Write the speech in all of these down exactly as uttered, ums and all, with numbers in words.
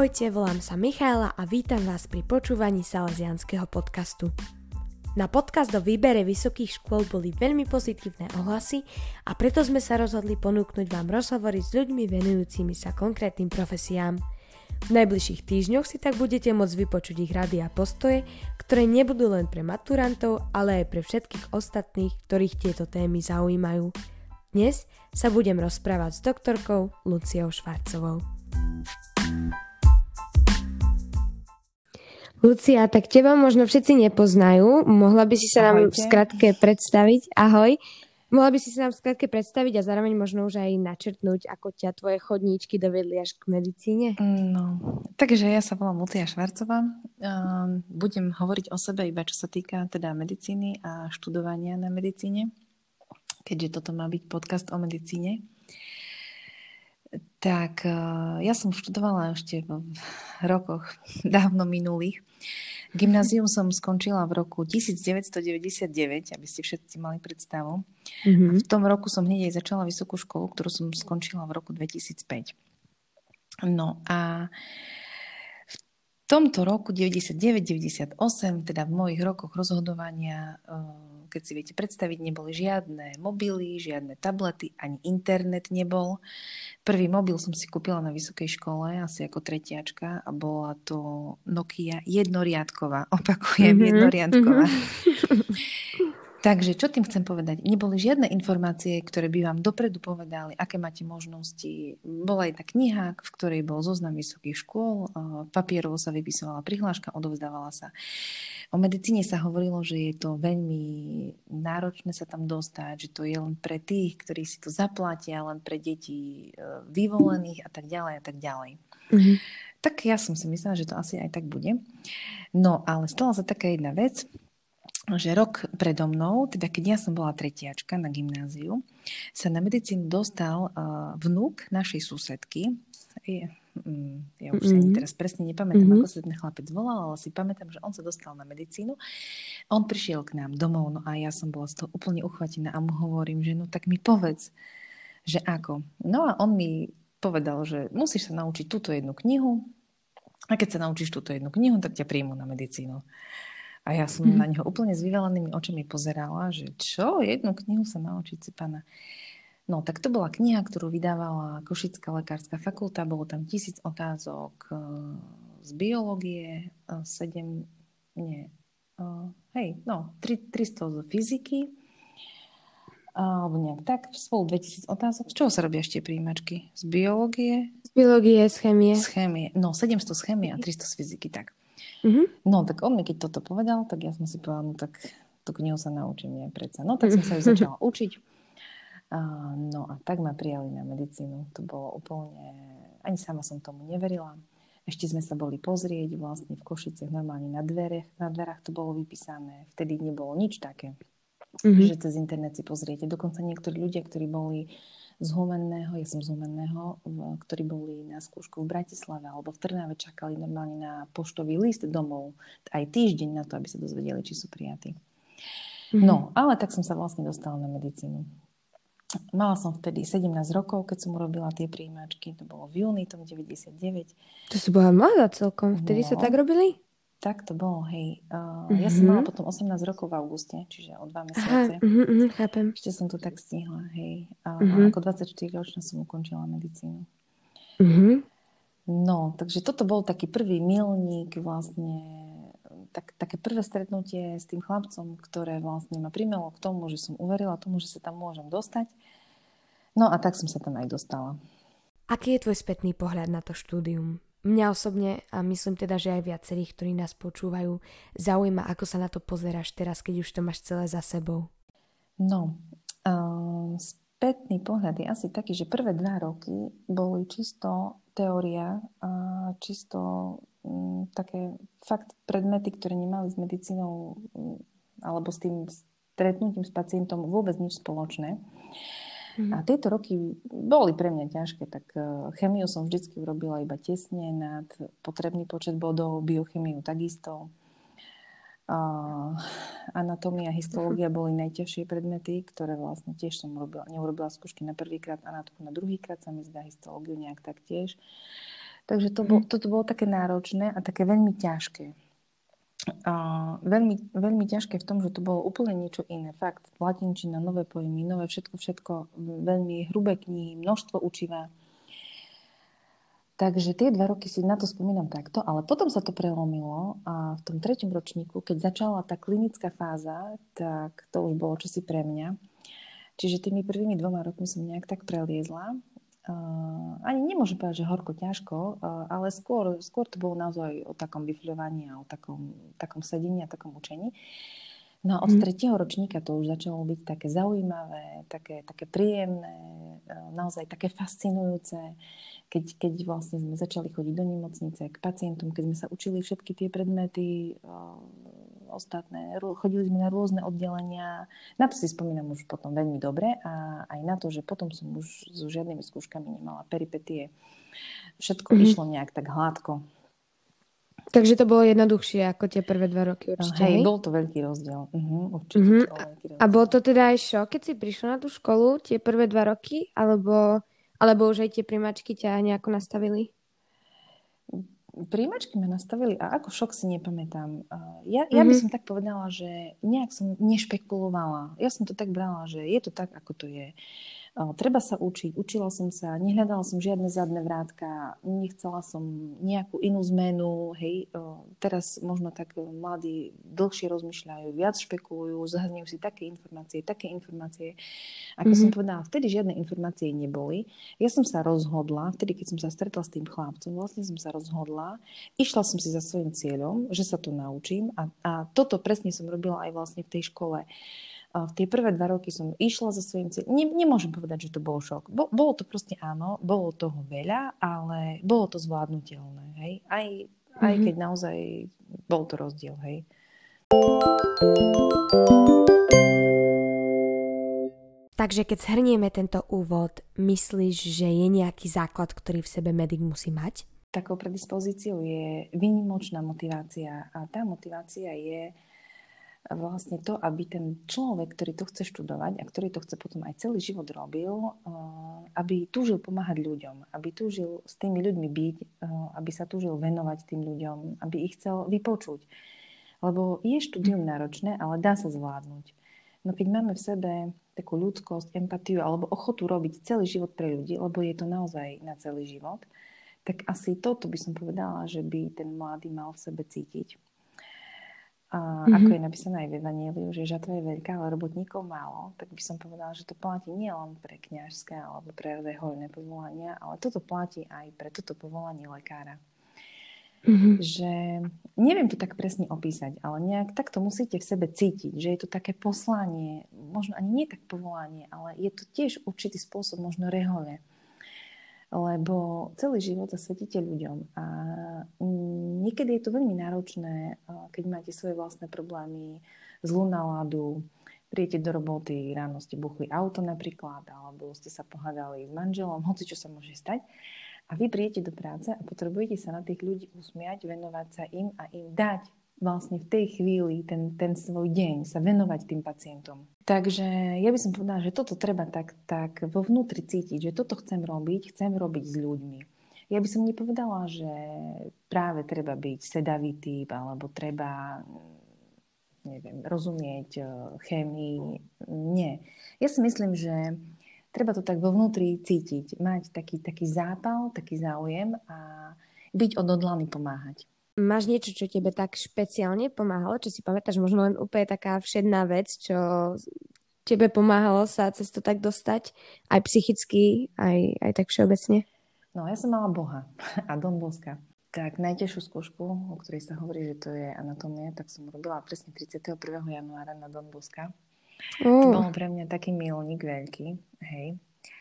Ahojte, volám sa Michaela a vítam vás pri počúvaní Salesiánskeho podcastu. Na podcast o výbere vysokých škôl boli veľmi pozitívne ohlasy a preto sme sa rozhodli ponúknuť vám rozhovory s ľuďmi venujúcimi sa konkrétnym profesiám. V najbližších týždňoch si tak budete môcť vypočuť ich rady a postoje, ktoré nebudú len pre maturantov, ale aj pre všetkých ostatných, ktorých tieto témy zaujímajú. Dnes sa budem rozprávať s doktorkou Luciou Švarcovou. Lucia, tak teba možno všetci nepoznajú. Mohla by si sa nám v skratke predstaviť? Ahoj. Mohla by si sa nám v skratke predstaviť a zároveň možno už aj načrtnúť, ako ťa tvoje chodníčky dovedli až k medicíne? No, takže ja sa volám Lucia Švarcová. Budem hovoriť o sebe iba čo sa týka teda medicíny a študovania na medicíne, keďže toto má byť podcast o medicíne. Tak ja som študovala ešte v rokoch dávno minulých. Gymnázium som skončila v roku devätnásťstodeväťdesiatdeväť, aby ste všetci mali predstavu. Mm-hmm. A v tom roku som hneď aj začala vysokú školu, ktorú som skončila v roku dvetisícpäť. No a v tomto roku deväťdesiatdeväť deväťdesiatosem, teda v mojich rokoch rozhodovania, keď si viete predstaviť, neboli žiadne mobily, žiadne tablety, ani internet nebol. Prvý mobil som si kúpila na vysokej škole, asi ako tretiačka, a bola to Nokia jednoriadková. Opakujem, mm-hmm. jednoriadková. Takže čo tým chcem povedať? Neboli žiadne informácie, ktoré by vám dopredu povedali, aké máte možnosti. Bola jedna kniha, v ktorej bol zoznam vysokých škôl, papierovo sa vypisovala prihláška, odovzdávala sa. O medicíne sa hovorilo, že je to veľmi náročné sa tam dostať, že to je len pre tých, ktorí si to zaplatia, len pre deti vyvolených a tak ďalej a tak ďalej. Mm-hmm. Tak ja som si myslela, že to asi aj tak bude. No, ale stala sa taká jedna vec, že rok predo mnou, teda keď ja som bola tretiačka na gymnáziu, sa na medicínu dostal uh, vnúk našej susedky. Je, um, ja už mm-hmm. si ani teraz presne nepamätám, mm-hmm. ako sa ten chlapec volal, ale si pamätám, že on sa dostal na medicínu. On prišiel k nám domov, no a ja som bola z toho úplne uchvatená a mu hovorím, že no tak mi povedz, že ako. No a on mi povedal, že musíš sa naučiť túto jednu knihu a keď sa naučíš túto jednu knihu, tak ťa príjmu na medicínu. A ja som mm. na neho úplne s vyvalenými očami pozerala, že čo, jednu knihu sa naučiť si pána. No, tak to bola kniha, ktorú vydávala Košická lekárska fakulta, bolo tam tisíc otázok z biológie, sedem, nie, hej, no, tristo z fyziky, alebo nejak tak, spolu dvetisíc otázok. Z čoho sa robia ešte prijímačky? Z biológie? Z biológie, z chémie. Z chémie, no, sedemsto z chémie a tristo z fyziky, tak. Mm-hmm. No, tak on mi keď toto povedal, tak ja som si povedala, no tak tú knihu sa naučím, nie predsa. No, tak som sa ju začala učiť. A, no a tak ma prijali na medicínu. To bolo úplne, ani sama som tomu neverila. Ešte sme sa boli pozrieť vlastne v Košicech, normálne na dverách, na dverách to bolo vypísané. Vtedy nebolo nič také, mm-hmm. že cez internet si pozriete. Dokonca niektorí ľudia, ktorí boli z Humenného, ja som z Humenného, ktorí boli na skúšku v Bratislave alebo v Trnave, čakali normálne na poštový list domov aj týždeň na to, aby sa dozvedeli, či sú prijatí. Mm-hmm. No, ale tak som sa vlastne dostala na medicínu. Mala som vtedy sedemnásť rokov, keď som urobila tie prijímačky. To bolo v júni, tom deväťdesiatdeväť. To si bola mladá celkom. Vtedy no. sa tak robili? Tak to bolo, hej. Uh, mm-hmm. Ja som mala potom osemnásť rokov v auguste, čiže o dva mesiace. Aha, uh-huh, chápem. Ešte som to tak stihla, hej. A uh-huh. ako dvadsaťštyriročná som ukončila medicínu. Uh-huh. No, takže toto bol taký prvý milník, vlastne tak, také prvé stretnutie s tým chlapcom, ktoré vlastne ma primelo k tomu, že som uverila tomu, že sa tam môžem dostať. No a tak som sa tam aj dostala. Aký je tvoj spätný pohľad na to štúdium? Mňa osobne, a myslím teda, že aj viacerých, ktorí nás počúvajú, zaujíma, ako sa na to pozeráš teraz, keď už to máš celé za sebou. No, uh, spätný pohľad je asi taký, že prvé dva roky boli čisto teória, uh, čisto um, také fakt predmety, ktoré nemali s medicínou um, alebo s tým stretnutím s pacientom vôbec nič spoločné. Mm-hmm. A tieto roky boli pre mňa ťažké, tak chemiu som vždycky urobila iba tesne nad potrebný počet bodov, biochemiu takisto. Uh, anatómia, histológia boli najťažšie predmety, ktoré vlastne tiež som urobila, neurobila skúšky na prvýkrát, anatómiu na druhýkrát, sa mi zdá histológiu nejak taktiež. Takže to bol, toto bolo také náročné a také veľmi ťažké. A veľmi, veľmi ťažké v tom, že to bolo úplne niečo iné. Fakt, latinčina, nové pojmy, nové všetko, všetko, veľmi hrubé knihy, množstvo učiva. Takže tie dva roky si na to spomínam takto, ale potom sa to prelomilo a v tom treťom ročníku, keď začala tá klinická fáza, tak to už bolo čosi pre mňa. Čiže tými prvými dvoma rokmi som nejak tak preliezla. Uh, ani nemôžem povedať, že horko, ťažko, uh, ale skôr, skôr to bolo naozaj o takom vyfľovaní a o takom, takom sedení a takom učení. No a od mm. tretieho ročníka to už začalo byť také zaujímavé, také, také príjemné, uh, naozaj také fascinujúce, keď, keď vlastne sme začali chodiť do nemocnice k pacientom, keď sme sa učili všetky tie predmety uh, ostatné, chodili sme na rôzne oddelenia. Na to si spomínam už potom veľmi dobre a aj na to, že potom som už so žiadnymi skúškami nemala peripetie. Všetko mm-hmm. išlo nejak tak hladko. Takže to bolo jednoduchšie ako tie prvé dva roky určite. Hej, bol to veľký rozdiel. Uh-huh, určite mm-hmm. to bol veľký rozdiel. A bol to teda aj šok, keď si prišla na tú školu tie prvé dva roky? Alebo, alebo už aj tie primačky ťa nejako nastavili? Príjimačky ma nastavili a ako šok si nepamätám. Ja, ja by som tak povedala, že nejak som nešpekulovala. Ja som to tak brala, že je to tak, ako to je. Treba sa učiť. Učila som sa, nehľadala som žiadne zadné vrátka, nechcela som nejakú inú zmenu. Hej, teraz možno tak mladí dlhšie rozmýšľajú, viac špekulujú, zhrňujú si také informácie, také informácie. Ako mm-hmm. som povedala, vtedy žiadne informácie neboli. Ja som sa rozhodla, vtedy keď som sa stretla s tým chlapcom, vlastne som sa rozhodla, išla som si za svojím cieľom, že sa to naučím a, a toto presne som robila aj vlastne v tej škole. V tie prvé dva roky som išla za svojím cieľom. Ne, nemôžem povedať, že to bol šok. Bo, bolo to proste áno, bolo toho veľa, ale bolo to zvládnutelné. Hej? Aj, mm-hmm. aj keď naozaj bol to rozdiel. Hej? Takže keď zhrnieme tento úvod, myslíš, že je nejaký základ, ktorý v sebe medic musí mať? Takou predispozíciou je výnimočná motivácia. A tá motivácia je vlastne to, aby ten človek, ktorý to chce študovať a ktorý to chce potom aj celý život robil, aby túžil pomáhať ľuďom, aby túžil s tými ľuďmi byť, aby sa túžil venovať tým ľuďom, aby ich chcel vypočuť. Lebo je štúdium náročné, ale dá sa zvládnuť. No keď máme v sebe takú ľudskosť, empatiu alebo ochotu robiť celý život pre ľudí, lebo je to naozaj na celý život, tak asi toto by som povedala, že by ten mladý mal v sebe cítiť. A mm-hmm. ako je napísané aj v Evanjeliu, že žatva je veľká, ale robotníkov málo, tak by som povedala, že to platí nie len pre kňažské alebo pre rehoľné povolania, ale toto platí aj pre toto povolanie lekára. Mm-hmm. Že neviem to tak presne opísať, ale nejak tak to musíte v sebe cítiť, že je to také poslanie, možno ani nie tak povolanie, ale je to tiež určitý spôsob možno rehole. Lebo celý život zasvetíte ľuďom a niekedy je to veľmi náročné, keď máte svoje vlastné problémy, zlú náladu, príjete do roboty, ráno ste buchli auto napríklad, alebo ste sa pohádali s manželom, hoci čo sa môže stať. A vy príjete do práce a potrebujete sa na tých ľudí usmiať, venovať sa im a im dať vlastne v tej chvíli ten, ten svoj deň, sa venovať tým pacientom. Takže ja by som povedala, že toto treba tak, tak vo vnútri cítiť, že toto chcem robiť, chcem robiť s ľuďmi. Ja by som nepovedala, že práve treba byť sedavý typ, alebo treba, neviem, rozumieť chémii. Nie. Ja si myslím, že treba to tak vo vnútri cítiť, mať taký, taký zápal, taký záujem a byť odhodlaný pomáhať. Máš niečo, čo tebe tak špeciálne pomáhalo? Čo si pamätáš, možno len úplne taká všedná vec, čo tebe pomáhalo sa cez to tak dostať? Aj psychicky, aj, aj tak všeobecne? No, ja som mala Boha a Don Boska. Tak najťažšiu skúšku, o ktorej sa hovorí, že to je anatómia, tak som robila presne tridsiateho prvého januára na Don Boska. Uh. To bol pre mňa taký milník veľký. Hej.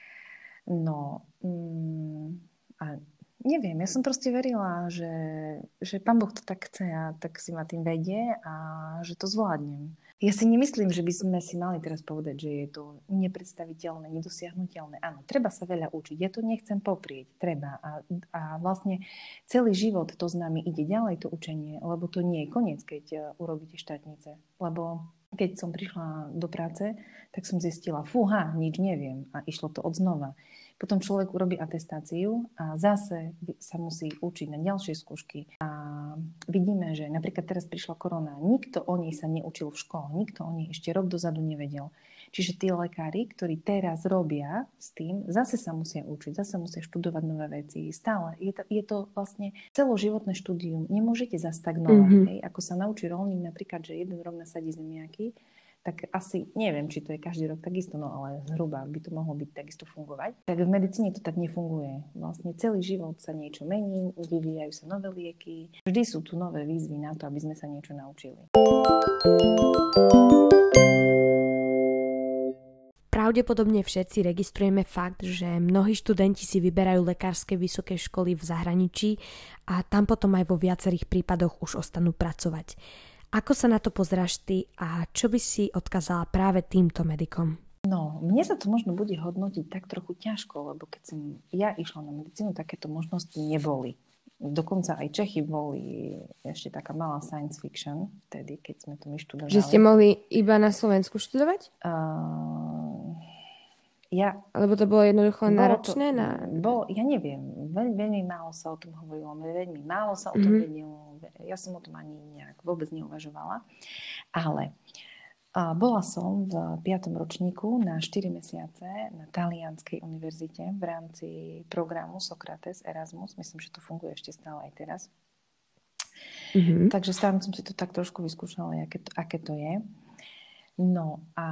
No, mm, a neviem, ja som proste verila, že, že Pán Boh to tak chce a tak si ma tým vedie a že to zvládnem. Ja si nemyslím, že by sme si mali teraz povedať, že je to nepredstaviteľné, nedosiahnuteľné. Áno, treba sa veľa učiť. Ja to nechcem poprieť. Treba. A, a vlastne celý život to s nami ide ďalej, to učenie, lebo to nie je koniec, keď urobíte štátnice. Lebo keď som prišla do práce, tak som zistila, fúha, nič neviem. A išlo to odznova. Potom človek urobí atestáciu a zase sa musí učiť na ďalšie skúšky. A vidíme, že napríklad teraz prišla korona, nikto o nej sa neučil v škole, nikto o nej ešte rok dozadu nevedel. Čiže tí lekári, ktorí teraz robia s tým, zase sa musia učiť, zase musia študovať nové veci. Stále. Je to, je to vlastne celoživotné štúdium. Nemôžete zastagnovať. Mm-hmm. Hej? Ako sa naučí rolník napríklad, že jeden rok nasadí zemiaky, tak asi, neviem, či to je každý rok takisto, no ale zhruba by to mohlo byť takisto fungovať. Tak v medicíne to tak nefunguje. Vlastne celý život sa niečo mení, vyvíjajú sa nové lieky. Vždy sú tu nové výzvy na to, aby sme sa niečo naučili. Pravdepodobne všetci registrujeme fakt, že mnohí študenti si vyberajú lekárske vysoké školy v zahraničí a tam potom aj vo viacerých prípadoch už ostanú pracovať. Ako sa na to pozráš ty a čo by si odkázala práve týmto medikom? No, mne sa to možno bude hodnotiť tak trochu ťažko, lebo keď som ja išla na medicínu, takéto možnosti neboli. Dokonca aj Čechy boli ešte taká malá science fiction, vtedy, keď sme to my študovali. Že ste mohli iba na Slovensku študovať? Uh, ja, Alebo to bolo jednoducho bolo náročné? To, na... bolo, ja neviem, veľ, veľmi málo sa o tom hovorilo, veľmi málo sa o tom mm-hmm. vedelo. Ja som o tom ani nejak vôbec neuvažovala. Ale a bola som v piatom ročníku na štyri mesiace na Talianskej univerzite v rámci programu Sokrates Erasmus. Myslím, že to funguje ešte stále aj teraz. Mm-hmm. Takže stále som si to tak trošku vyskúšala, aké to, aké to je. No a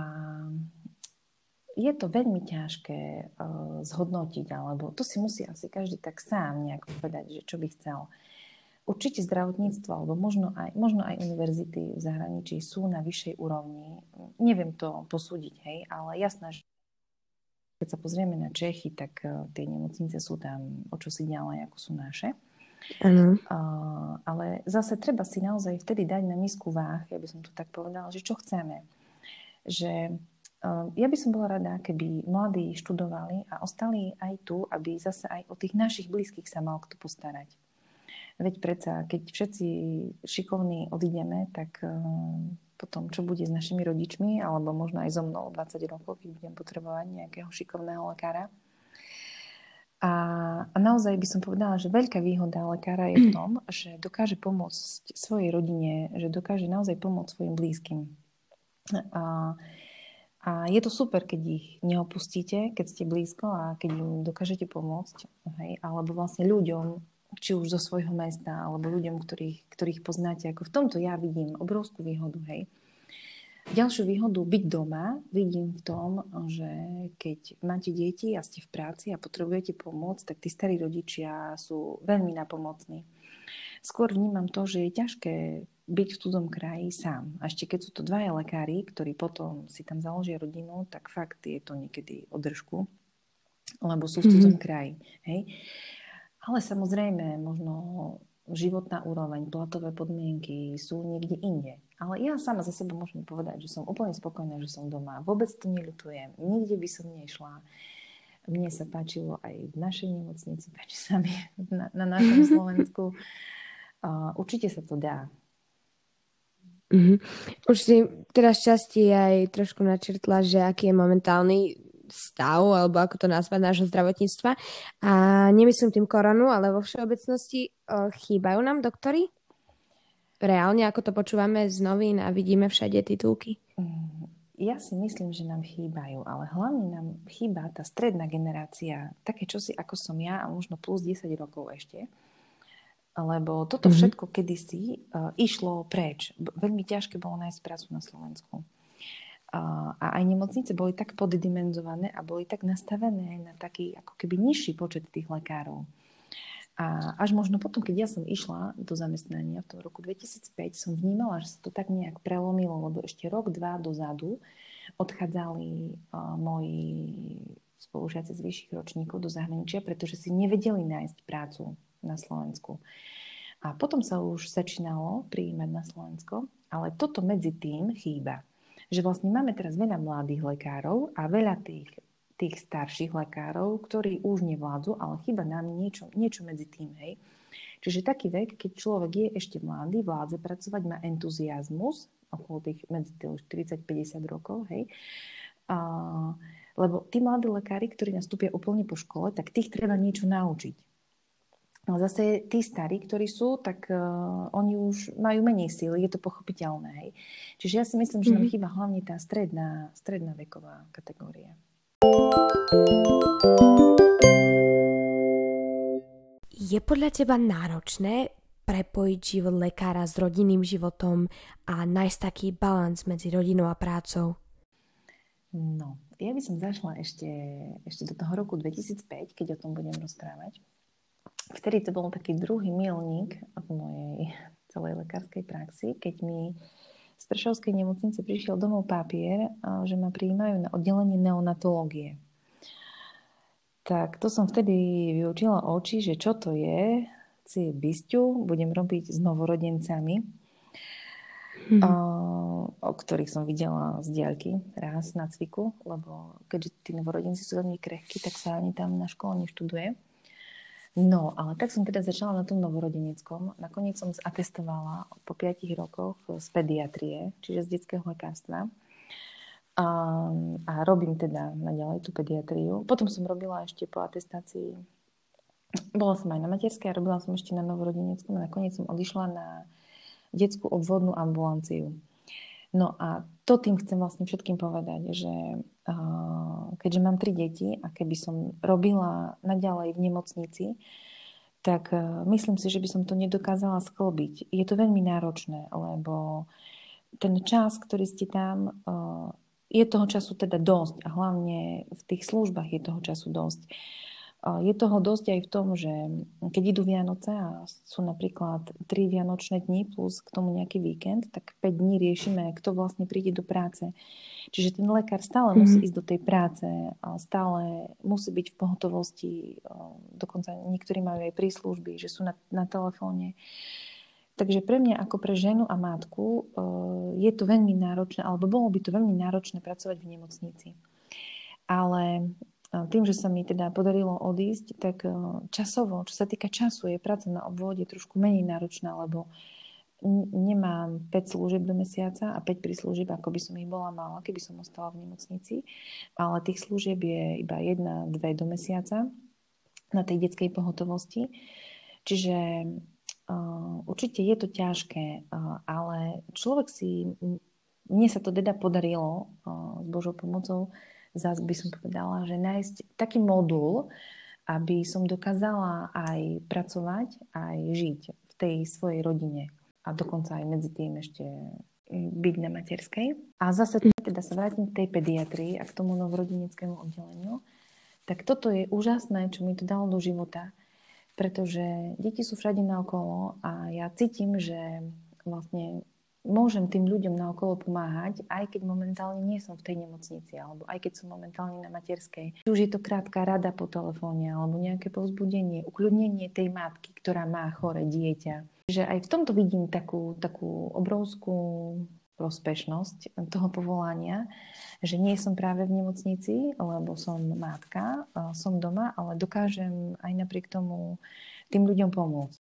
je to veľmi ťažké uh, zhodnotiť, alebo to si musí asi každý tak sám nejak povedať, že čo by chcel. Určite zdravotníctvo, alebo možno aj, možno aj univerzity v zahraničí sú na vyššej úrovni. Neviem to posúdiť, hej, ale jasné, že keď sa pozrieme na Čechy, tak uh, tie nemocnice sú tam o čosi ďalej, ako sú naše. Uh-huh. Uh, ale zase treba si naozaj vtedy dať na misku váh, ja by som to tak povedala, že čo chceme. Že uh, ja by som bola rada, keby mladí študovali a ostali aj tu, aby zase aj o tých našich blízkych sa mal kto postarať. Veď predsa, keď všetci šikovní odídeme, tak uh, potom čo bude s našimi rodičmi, alebo možno aj so mnou dvadsať rokov, keď budem potrebovať nejakého šikovného lekára. A, a naozaj by som povedala, že veľká výhoda lekára je v tom, že dokáže pomôcť svojej rodine, že dokáže naozaj pomôcť svojim blízkym. A, a je to super, keď ich neopustíte, keď ste blízko a keď im dokážete pomôcť. Hej? Alebo vlastne ľuďom, či už zo svojho mesta, alebo ľuďom, ktorých, ktorých poznáte. Ako v tomto ja vidím obrovskú výhodu. Hej? Ďalšiu výhodu byť doma vidím v tom, že keď máte deti a ste v práci a potrebujete pomôcť, tak tí starí rodičia sú veľmi napomocní. Skôr vnímam to, že je ťažké byť v cudzom kraji sám. A ešte keď sú to dvaja lekári, ktorí potom si tam založia rodinu, tak fakt je to niekedy o držku, lebo sú v cudzom mm-hmm. kraji. Hej? Ale samozrejme, možno životná úroveň, platové podmienky sú niekde inde. Ale ja sama za seba môžem povedať, že som úplne spokojná, že som doma. Vôbec to neľutujem. Nikde by som nešla. Mne sa páčilo aj v našej nemocnici, páči sa mi na, na našom Slovensku. Uh, určite sa to dá. Mm-hmm. Už si teraz časti aj trošku načrtla, že aký je momentálny stav, alebo ako to nazvať, nášho zdravotníctva. A nemyslím tým koronu, ale vo všeobecnosti uh, chýbajú nám doktori? Reálne, ako to počúvame z novín a vidíme všade titulky? Ja si myslím, že nám chýbajú, ale hlavne nám chýba tá stredná generácia, také čosi ako som ja a možno plus desať rokov ešte. Lebo toto mm-hmm. všetko kedysi uh, išlo preč. Veľmi ťažké bolo nájsť prácu na Slovensku. Uh, a aj nemocnice boli tak poddimenzované a boli tak nastavené na taký ako keby nižší počet tých lekárov. A až možno potom, keď ja som išla do zamestnania v tom roku dvetisícpäť, som vnímala, že sa to tak nejak prelomilo, lebo ešte rok, dva dozadu odchádzali uh, moji spolužiaci z vyšších ročníkov do zahraničia, pretože si nevedeli nájsť prácu na Slovensku. A potom sa už začínalo prijímať na Slovensko, ale toto medzi tým chýba. Že vlastne máme teraz veľa mladých lekárov a veľa tých tých starších lekárov, ktorí už nevládzu, ale chýba nám niečo, niečo medzi tým. Hej. Čiže taký vek, keď človek je ešte mladý, vládze pracovať, má entuziazmus, okolo tých medzi tých štyridsať päťdesiat rokov, hej. A Lebo tí mladí lekári, ktorí nastúpia úplne po škole, tak tých treba niečo naučiť. No zase tí starí, ktorí sú, tak uh, oni už majú menej síly, je to pochopiteľné. Hej. Čiže ja si myslím, že nám Mhm. chýba hlavne tá stredná, stredná veková kategória. Je podľa teba náročné prepojiť život lekára s rodinným životom a nájsť taký balans medzi rodinou a prácou? No, ja by som zašla ešte, ešte do toho roku dvetisícpäť, keď o tom budem rozprávať. Vtedy to bol taký druhý milník v mojej celej lekárskej praxi, keď mi z Prešovskej nemocnice prišiel domov papier, že ma prijímajú na oddelenie neonatológie. Tak to som vtedy vyučila oči, že čo to je, si bisťu, budem robiť s novorodencami, Mhm. o ktorých som videla z diaľky raz na cviku, lebo keďže tí novorodenci sú veľmi krehkí, tak sa ani tam na škole neštuduje. No, ale tak som teda začala na tom novorodeneckom. Nakoniec som zatestovala po piatich rokoch z pediatrie, čiže z detského lekárstva. A, a robím teda naďalej tú pediatriu. Potom som robila ešte po atestácii, bola som aj na materskej a robila som ešte na novorodeneckom a nakoniec som odišla na detskú obvodnú ambulanciu. No a to tým chcem vlastne všetkým povedať, že uh, keďže mám tri deti a keby som robila naďalej v nemocnici, tak uh, myslím si, že by som to nedokázala sklbiť. Je to veľmi náročné, lebo ten čas, ktorý ste tam, uh, je toho času teda dosť a hlavne v tých službách je toho času dosť. Je toho dosť aj v tom, že keď idú Vianoce a sú napríklad tri vianočné dni plus k tomu nejaký víkend, tak päť dní riešime, kto vlastne príde do práce. Čiže ten lekár stále mm-hmm. musí ísť do tej práce, stále musí byť v pohotovosti, dokonca niektorí majú aj príslužby, že sú na, na telefóne. Takže pre mňa ako pre ženu a matku je to veľmi náročné, alebo bolo by to veľmi náročné pracovať v nemocnici. Ale tým, že sa mi teda podarilo odísť, tak časovo, čo sa týka času, je práca na obvode trošku menej náročná, lebo nemám päť služieb do mesiaca a päť príslužieb, ako by som ich bola mala, keby som ostala v nemocnici. Ale tých služieb je iba jedna, dve do mesiaca na tej detskej pohotovosti. Čiže uh, určite je to ťažké, uh, ale človek si, mne sa to teda podarilo uh, s Božou pomocou, zás by som povedala, že nájsť taký modul, aby som dokázala aj pracovať, aj žiť v tej svojej rodine. A dokonca aj medzi tým ešte byť na materskej. A zase teda sa vrátim k tej pediatrii a k tomu novorodeneckému oddeleniu. Tak toto je úžasné, čo mi to dalo do života, pretože deti sú všade naokolo a ja cítim, že vlastne môžem tým ľuďom naokolo pomáhať, aj keď momentálne nie som v tej nemocnici, alebo aj keď som momentálne na materskej. Už je to krátka rada po telefóne, alebo nejaké povzbudenie, ukľudnenie tej matky, ktorá má choré dieťa. Že aj v tomto vidím takú, takú obrovskú prospešnosť toho povolania, že nie som práve v nemocnici, lebo som matka, som doma, ale dokážem aj napriek tomu tým ľuďom pomôcť.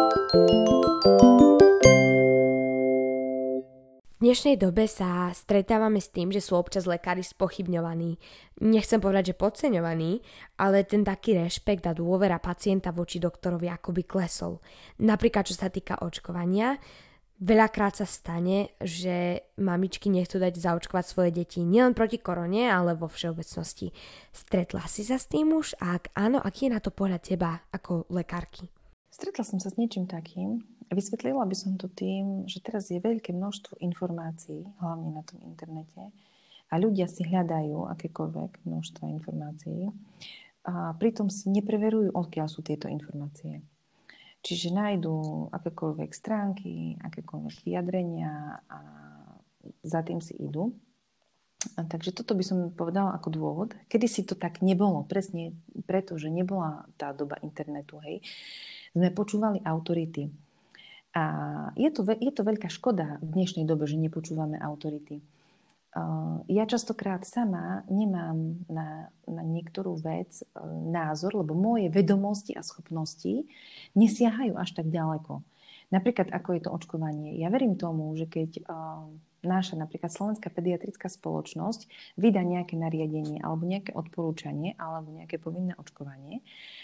V dnešnej dobe sa stretávame s tým, že sú občas lekári spochybňovaní. Nechcem povedať, že podceňovaní, ale ten taký rešpekt a dôvera pacienta voči doktorovi akoby klesol. Napríklad, čo sa týka očkovania, veľakrát sa stane, že mamičky nechcú dať zaočkovať svoje deti nielen proti korone, ale vo všeobecnosti. Stretla si sa s tým už? A ak áno, aký je na to pohľad teba ako lekárky? Stretla som sa s niečím takým. Vysvetlila by som to tým, že teraz je veľké množstvo informácií, hlavne na tom internete, a ľudia si hľadajú akékoľvek množstva informácií a pritom si nepreverujú, odkiaľ sú tieto informácie. Čiže nájdú akékoľvek stránky, akékoľvek vyjadrenia a za tým si idú. A takže toto by som povedala ako dôvod. Kedysi to tak nebolo, presne preto, že nebola tá doba internetu, hej. Sme počúvali autority. A je to, je to veľká škoda v dnešnej dobe, že nepočúvame autority. Ja častokrát sama nemám na, na niektorú vec názor, lebo moje vedomosti a schopnosti nesiahajú až tak ďaleko. Napríklad, ako je to očkovanie. Ja verím tomu, že keď naša napríklad Slovenská pediatrická spoločnosť vydá nejaké nariadenie alebo nejaké odporúčanie alebo nejaké povinné očkovanie,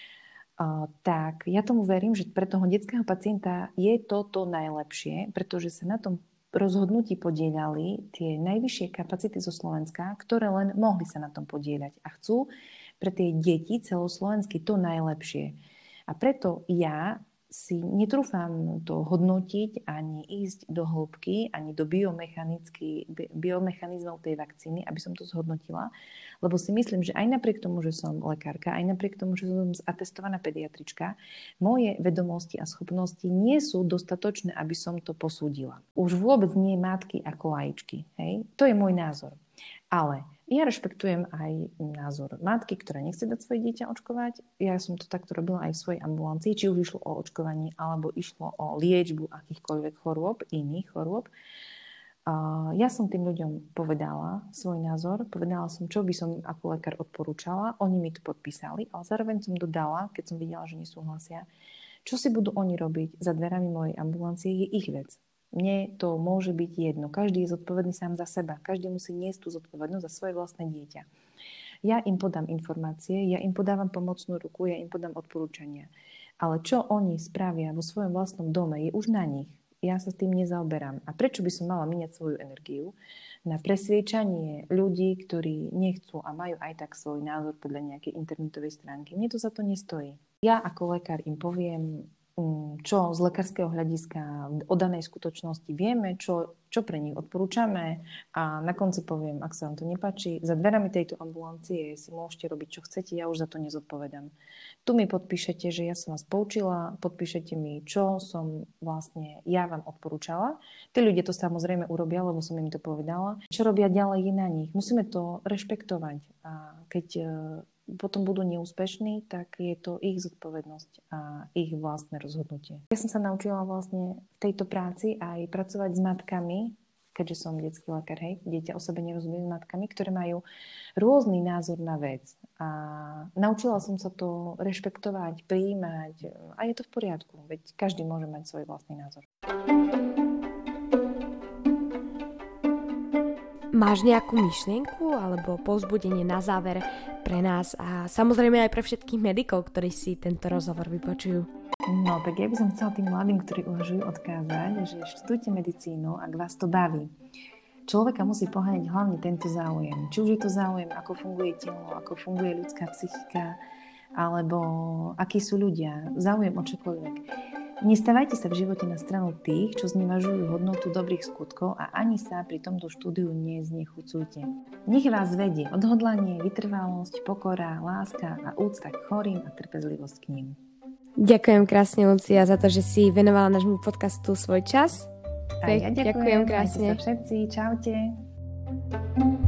tak ja tomu verím, že pre toho detského pacienta je to to najlepšie, pretože sa na tom rozhodnutí podieľali tie najvyššie kapacity zo Slovenska, ktoré len mohli sa na tom podieľať a chcú pre tie deti celoslovensky to najlepšie. A preto ja si netrúfam to hodnotiť, ani ísť do hĺbky, ani do biomechanizmov tej vakcíny, aby som to zhodnotila, lebo si myslím, že aj napriek tomu, že som lekárka, aj napriek tomu, že som atestovaná pediatrička, moje vedomosti a schopnosti nie sú dostatočné, aby som to posúdila. Už vôbec nie matky ako laičky. Hej? To je môj názor. Ale ja rešpektujem aj názor matky, ktorá nechce dať svoje dieťa očkovať. Ja som to takto robila aj v svojej ambulancii, či už išlo o očkovanie, alebo išlo o liečbu akýchkoľvek chorôb, iných chorôb. Ja som tým ľuďom povedala svoj názor, povedala som, čo by som ako lekár odporúčala. Oni mi to podpísali, ale zároveň som dodala, keď som videla, že nesúhlasia, čo si budú oni robiť za dverami mojej ambulancie, je ich vec. Mne to môže byť jedno. Každý je zodpovedný sám za seba. Každý musí niesť tú zodpovednosť za svoje vlastné dieťa. Ja im podám informácie, ja im podávam pomocnú ruku, ja im podám odporúčania. Ale čo oni spravia vo svojom vlastnom dome, je už na nich. Ja sa s tým nezaoberám. A prečo by som mala míňať svoju energiu na presviečanie ľudí, ktorí nechcú a majú aj tak svoj názor podľa nejakej internetovej stránky? Mne to za to nestojí. Ja ako lekár im poviem, čo z lekárskeho hľadiska o danej skutočnosti vieme, čo, čo pre nich odporúčame a na konci poviem, ak sa vám to nepáči, za dverami tejto ambulancie si môžete robiť, čo chcete, ja už za to nezodpovedám. Tu mi podpíšete, že ja som vás poučila, podpíšete mi, čo som vlastne ja vám odporúčala. Tí ľudia to samozrejme urobia, lebo som im to povedala. Čo robia ďalej je na nich. Musíme to rešpektovať. A keď potom budú neúspešní, tak je to ich zodpovednosť a ich vlastné rozhodnutie. Ja som sa naučila vlastne v tejto práci aj pracovať s matkami, keďže som detský lekár, hej, dieťa o sebe nerozumie s matkami, ktoré majú rôzny názor na vec. A naučila som sa to rešpektovať, prijímať a je to v poriadku, veď každý môže mať svoj vlastný názor. Máš nejakú myšlienku alebo povzbudenie na záver pre nás a samozrejme aj pre všetkých medikov, ktorí si tento rozhovor vypočujú? No, tak ja by som chcela tým mladým, ktorí uvažujú, odkázať, že študujte medicínu, ak vás to baví. Človeka musí poháňať hlavne tento záujem. Či už je to záujem, ako funguje telo, ako funguje ľudská psychika, alebo akí sú ľudia, záujem o čokoľvek. Nestávajte sa v živote na stranu tých, čo znevažujú hodnotu dobrých skutkov a ani sa pri tomto štúdiu neznechucujte. Nech vás vedie odhodlanie, vytrvalosť, pokora, láska a úcta k chorým a trpezlivosť k nim. Ďakujem krásne, Lucia, za to, že si venovala nášmu podcastu svoj čas. A ja ďakujem, ďakujem krásne. Majte sa všetci, čaute.